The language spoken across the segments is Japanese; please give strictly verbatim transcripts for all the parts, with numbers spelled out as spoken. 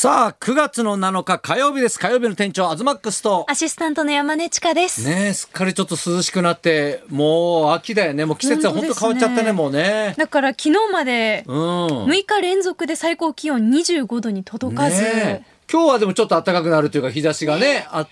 さあくがつのなのか火曜日です。火曜日の店長アズマックスとアシスタントの山根千佳ですね。すっかりちょっと涼しくなってもう秋だよね。もう季節は本当変わっちゃった ね, ねもうね。 だから昨日までむいか連続で最高気温にじゅうごどに届かず、ね、 今日はでもちょっと暖かくなるというか日差しがねあって、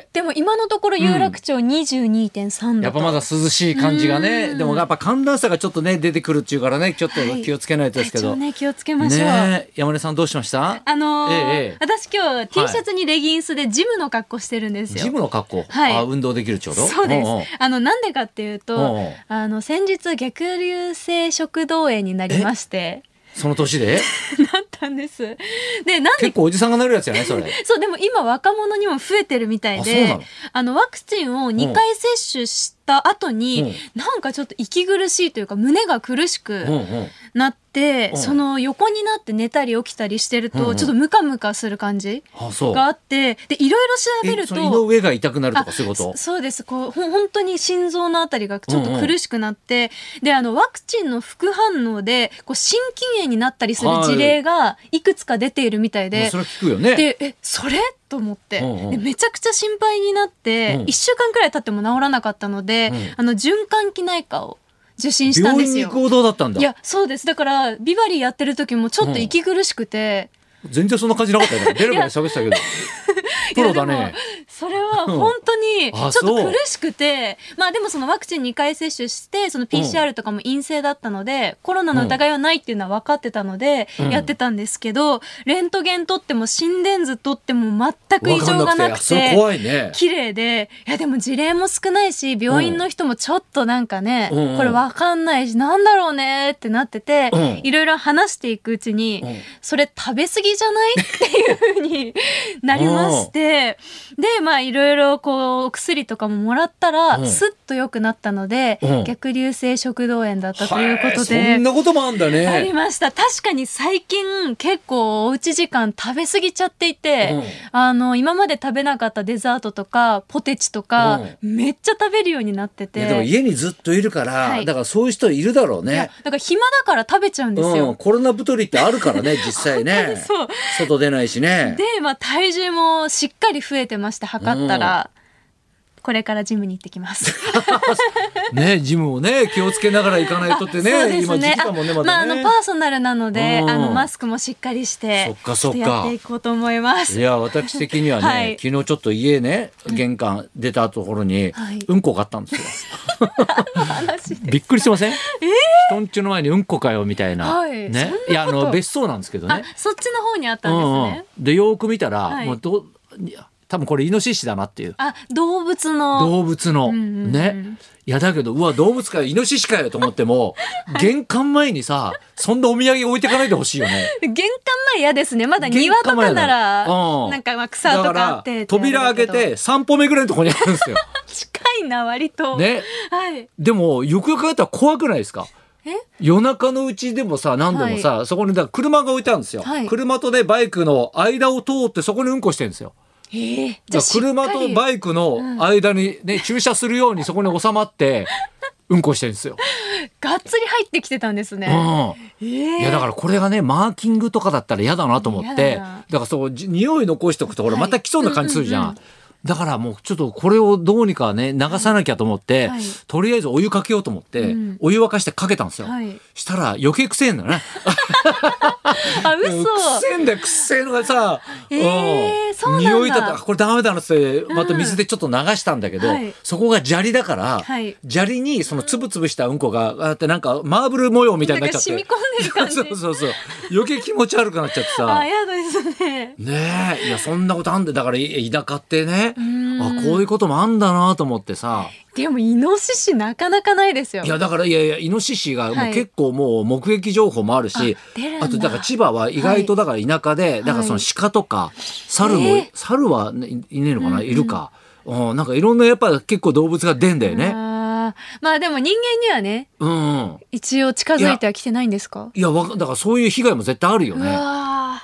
でも今のところ有楽町 にじゅうにてんさんど、うん、 やっぱまだ涼しい感じがね。でもやっぱ寒暖差がちょっとね出てくるっていうからね、ちょっと気をつけないとですけど、 はい、ね、気をつけましょう、 ね、山根さんどうしました？ あのーええ、私今日 T シャツにレギンスでジムの格好してるんですよ。 ジムの格好、はい、あ運動できるちょうど。 そうです。 おうおう、 あのなんでかっていうと、おうおう、あの先日逆流性食道炎になりまして、 その年でなったんです。で、なんで結構おじさんがなるやつやねそれ。 そう、でも今若者にも増えてるみたいで、あ、そうなの？あのワクチンをにかい接種した後に、うん、なんかちょっと息苦しいというか胸が苦しくなって、うんうん、その横になって寝たり起きたりしてると、うんうん、ちょっとムカムカする感じがあって、でいろいろ調べると、 その胃の上が痛くなるとかそういうこと？ そうです。こうほ本当に心臓のあたりがちょっと苦しくなって、うんうん、であのワクチンの副反応でこう心筋炎になったりする事例がいくつか出ているみたいで、 それは聞くよね。 でえそれと思って、うんうん、でめちゃくちゃ心配になって、うん、いっしゅうかんくらい経っても治らなかったので、うん、あの循環器内科を受診したんですよ。 病院に行動だったんだ。 いやそうです。だからビバリーやってる時もちょっと息苦しくて、 うん、全然そんな感じなかったよね。出れば喋ってたけどプロだね。 それは本当にちょっと苦しくて、うん、まあでもそのワクチンにかい接種してその ピーシーアール とかも陰性だったので、うん、コロナの疑いはないっていうのは分かってたのでやってたんですけど、うん、レントゲン取っても心電図取っても全く異常がなくて怖いね。 綺麗で、いやでも事例も少ないし病院の人もちょっとなんかね、うん、これ分かんないしなんだろうねってなってて、うん、いろいろ話していくうちに、うん、それ食べ過ぎじゃないっていう風になりましてでまあいろいろこうお薬とかももらったら、うん、スッと良くなったので、うん、逆流性食道炎だったということで、 そんなこともあんだね。 ありました。確かに最近結構おうち時間食べ過ぎちゃっていて、うん、あの今まで食べなかったデザートとかポテチとか、うん、めっちゃ食べるようになってて。 いやでも家にずっといるから、はい、だからそういう人いるだろうね。いやだから暇だから食べちゃうんですよ、 うん、コロナ太りってあるからね実際ねそう外出ないしね。 で、まあ、体重もしっかり増えてまして測ったら、うん、これからジムに行ってきますね、ジムをね気をつけながら行かないとってね。 そうですね。 今時期かもねまだね。 まあ、あのパーソナルなので、うん、あのマスクもしっかりしてそっかそっかやっていこうと思います。 いや私的にはね、はい、昨日ちょっと家ね玄関出たところに、はい、うんこがあったんですよびっくりしません？えー、人んちの前にうんこかよみたいな、はい、ね、いやあの別荘なんですけどね。 そっちの方にあったんですね、 うん、でよく見たら、はい、もうどいや多分これイノシシだなっていう。 あ、動物の動物の、うんうん、ね。いやだけどうわ動物かよイノシシかよと思っても、はい、玄関前にさそんなお土産置いてかないでほしいよね玄関前嫌ですね。まだ庭とかなら、うん、なんかまあ草とかあって扉開けてさん歩目ぐらいのところにあるんですよ近いな割とね、 はい、 でもよくよく考えたら怖くないですか？夜中のうちでもさ何でもさ、はい、そこにだ車が置いてあるんですよ、はい、車とねバイクの間を通ってそこにうんこしてるんですよ。 えー、 じゃ車とバイクの間に、ね、うん、駐車するようにそこに収まってうんこしてるんですよ。 がっつり入ってきてたんですね、 うん、えー、いやだからこれがねマーキングとかだったら嫌だなと思って、だからそう匂い残しておくとこれまた来そうな感じするじゃん、はい、うんうんうん、だからもうちょっとこれをどうにかね流さなきゃと思って、はい、とりあえずお湯かけようと思って、うん、お湯沸かしてかけたんですよ、はい、したら余計くせえんだねあ、嘘。 くせえんだよ、くせえのがさ、 えー、うん、そうなんだ。 匂いだったこれダメだなってまた水でちょっと流したんだけど、うん、はい、そこが砂利だから、はい、砂利にそのつぶつぶしたうんこがあってなんかマーブル模様みたいになっちゃって染み込んでる感じそうそうそう余計気持ち悪くなっちゃってさあ、やだですね。 ねえ、いやそんなことあんで、だから田舎ってね、あこういうこともあんだなと思ってさ。 でもイノシシなかなかないですよ。 いやだからいやいやイノシシがもう結構もう目撃情報もあるし、はい、あ, あとだから千葉は意外とだから田舎で、はい、だからその鹿とか猿も、えー、猿は、ね、いねえのかな、うんうん、いるか、うん、なんかいろんなやっぱ結構動物が出んだよね。 あまあでも人間にはね、うん、一応近づいてはきてないんですか？ いや、いやだからそういう被害も絶対あるよね。 うわ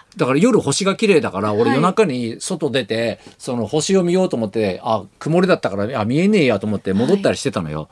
だから夜星が綺麗だから俺夜中に外出て、はい、その星を見ようと思ってあ曇りだったからあ見えねえやと思って戻ったりしてたのよ、はい、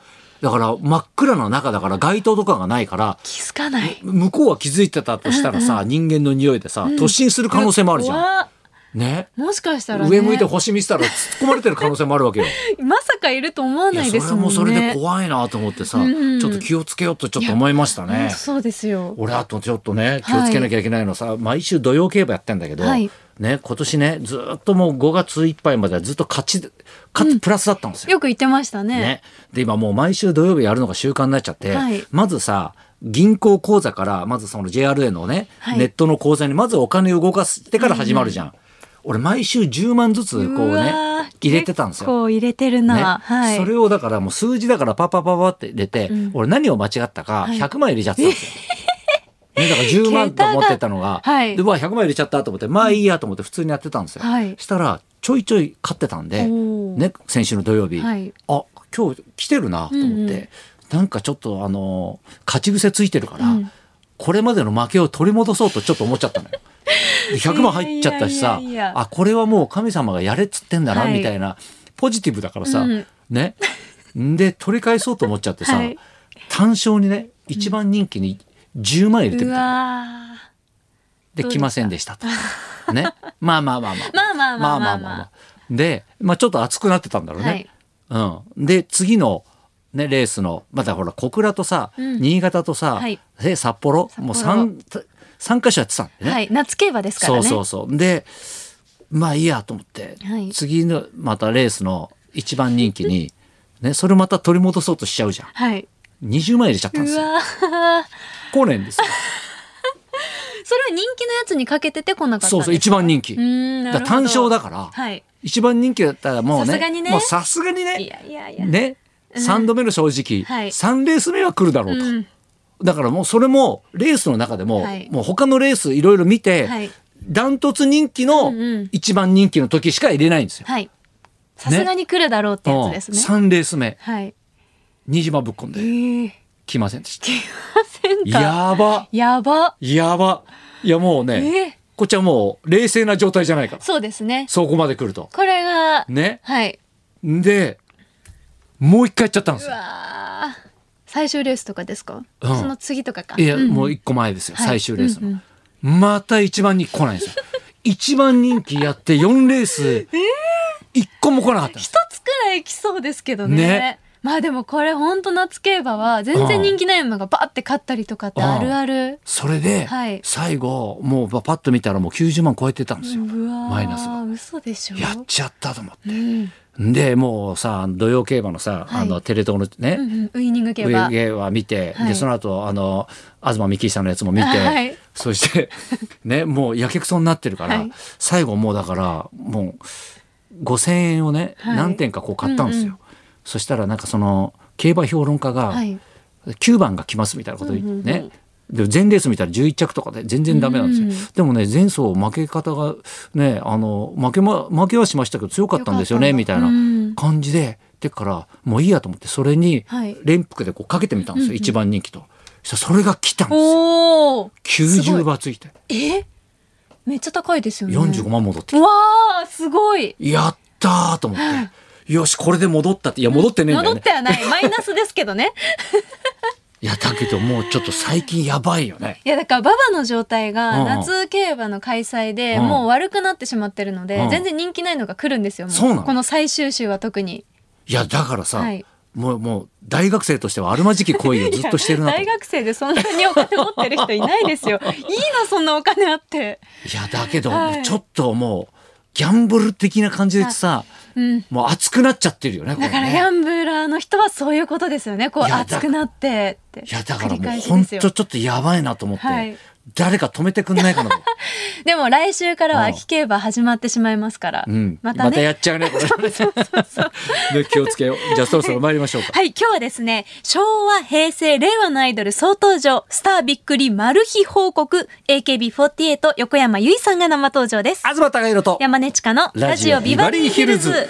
だから真っ暗な中だから街灯とかがないから気づかない。 向こうは気づいてたとしたらさ、うんうん、人間の匂いでさ、うん、突進する可能性もあるじゃん、ね、 もしかしたら、ね、 上向いて星見せたら突っ込まれてる可能性もあるわけよまさかいると思わないですもんね。 いやそれもそれで怖いなと思ってさ、うんうん、ちょっと気をつけようとちょっと思いましたね。 そうですよ。 俺あとちょっとね気をつけなきゃいけないのさ、はい、毎週土曜競馬やってんだけど、はいね、今年ねずっともうごがついっぱいまではずっと勝ち勝ちプラスだったんですよ、 うん、よく言ってました ね, ねで今もう毎週土曜日やるのが習慣になっちゃって、はい、まずさ銀行口座からまずその ジェイアールエー のね、はい、ネットの口座にまずお金を動かしてから始まるじゃん、うんうん、俺毎週じゅうまんずつこうね入れてたんですよ。 結構入れてるな、ねはい、 それをだからもう数字だからパパパパって入れて、うん、俺何を間違ったかひゃくまん入れちゃってたんですよ、はいね、だからじゅうまんと思ってたのが、はい、でまあひゃくまん入れちゃったと思ってまあいいやと思って普通にやってたんですよ、はい、したらちょいちょい勝ってたんで、ね、先週の土曜日、はい、あ今日来てるなと思って、うんうん、なんかちょっとあの勝ち癖ついてるから、うん、これまでの負けを取り戻そうとちょっと思っちゃったのよひゃくまん入っちゃったしさ、いやいやいやあこれはもう神様がやれっつってんだな、はい、みたいなポジティブだからさ、うん、ねで取り返そうと思っちゃってさ、はい、単勝にね一番人気にじゅうまん入れてみた、うん、で来ませんでしたとねまあまあまあまあまあまあまあまあまあまあで、まあ、ちょっと熱くなってたんだろうね、はいうん、で次のね、レースのまたほら小倉とさ、うん、新潟とさ、はい、札幌もう 3, 3カ所やってたんでね、 はい、夏競馬ですからね。 そうそうそうでまあいいやと思って、はい、次のまたレースの一番人気に、ね、それまた取り戻そうとしちゃうじゃん、はい、にじゅうまん入れちゃったんですよ。うわ来ねんですよそれは人気のやつにかけててこなかったんですか。 そうそう一番人気だ単勝だから、はい、一番人気だったらもうねさすがにねいやいやいやねさんどめの正直、はい、さんレース目は来るだろうと、うん、だからもうそれもレースの中でも、はい、もう他のレースいろいろ見て、はい、ダントツ人気の一番人気の時しか入れないんですよ。 さすがに来るだろうってやつですね。 さんレース目、はい、にじまんぶっ込んで、えー、来ませんでした。 来ませんか。 やばやばやばいやもうね、えー、こっちはもう冷静な状態じゃないから。 そうですね。 そこまで来るとこれがね、 はい、 でもう一回やっちゃったんですよ。 うわ最終レースとかですか、うん、その次とかか。 いや、うん、もう一個前ですよ、はい、最終レースの、うんうん、また一番人気来ないんですよ一番人気やってよんレース一個も来なかったんです。 一つくらい来そうですけど ね, ねまあでもこれ本当夏競馬は全然人気ない馬がバーって勝ったりとかってあるある。 それで、はい、最後もうパッと見たらもうきゅうじゅうまん超えてたんですよ。 うわマイナスが。 嘘でしょ。 やっちゃったと思って、うんでもうさ土曜競馬のさ、はい、あのテレ東のね、 うんうん、ウイニング競馬ウイニング競馬見て、はい、でその後あの東幹久さんのやつも見て、はい、そしてねもうやけくそになってるから、はい、最後もうだからもうごせんえんをね、はい、何点かこう買ったんですよ、うんうん、そしたらなんかその競馬評論家が、はい、きゅうばんが来ますみたいなこと言ってね、うんうんうんで全レース見たらじゅういっちゃくとかで全然ダメなんですよ、うん、でもね前走負け方がねあの負け、ま、負けはしましたけど強かったんですよねみたいな感じででからもういいやと思ってそれに連服でこうかけてみたんですよ、はい、一番人気とそれが来たんですよ。きゅうじゅうばついてえめっちゃ高いですよね。 よんじゅうごまん戻ってきた。 わーすごいやったーと思ってよしこれで戻ったっていや戻ってねえんだよね、 戻ってはないマイナスですけどねいやだけどもうちょっと最近やばいよね。 いやだから馬場の状態が夏競馬の開催でもう悪くなってしまってるので、うん、全然人気ないのが来るんですよ。もうそうなのこの最終週は特に。いやだからさ、はい、もうもう大学生としてはあるまじき行為をずっとしてるなと大学生でそんなにお金持ってる人いないですよいいなそんなお金あって。 いやだけど、はい、ちょっともうギャンブル的な感じでさ、うん、もう熱くなっちゃってるよね。これねだからギャンブラーの人はそういうことですよね。こう熱くなってっていやだからもう本当ちょっとやばいなと思って、はい、誰か止めてくんないかなとでも来週からは秋競馬始まってしまいますから、うん、またねまたやっちゃうねこれそうそうそうで気をつけよう。じゃあそろそろ参りましょうか。 はい今日はですね昭和平成令和のアイドル総登場スターびっくりマル秘報告 エーケービーフォーティーエイト 横山由依さんが生登場です。 東貴博と山根千佳のラジオビバリーヒルズ。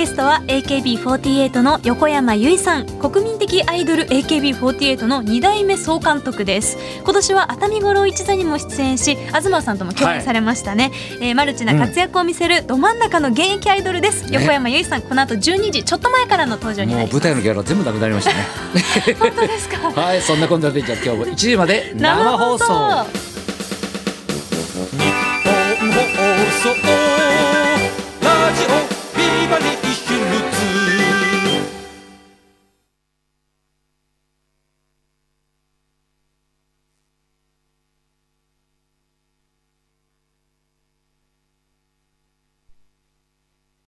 ゲストは エーケービーフォーティーエイト の横山由依さん、国民的アイドル エーケービーフォーティーエイト のに代目総監督です。今年は熱海五郎一座にも出演し、東さんとも共演されましたね、はい、えー、マルチな活躍を見せるど真ん中の現役アイドルです、うん、横山由依さん、この後じゅうにじちょっと前からの登場になります。 もう舞台のギャラ全部なくなりましたね本当ですかはい、そんなこんなでじゃあ今日もいちじまで生放送、日本放送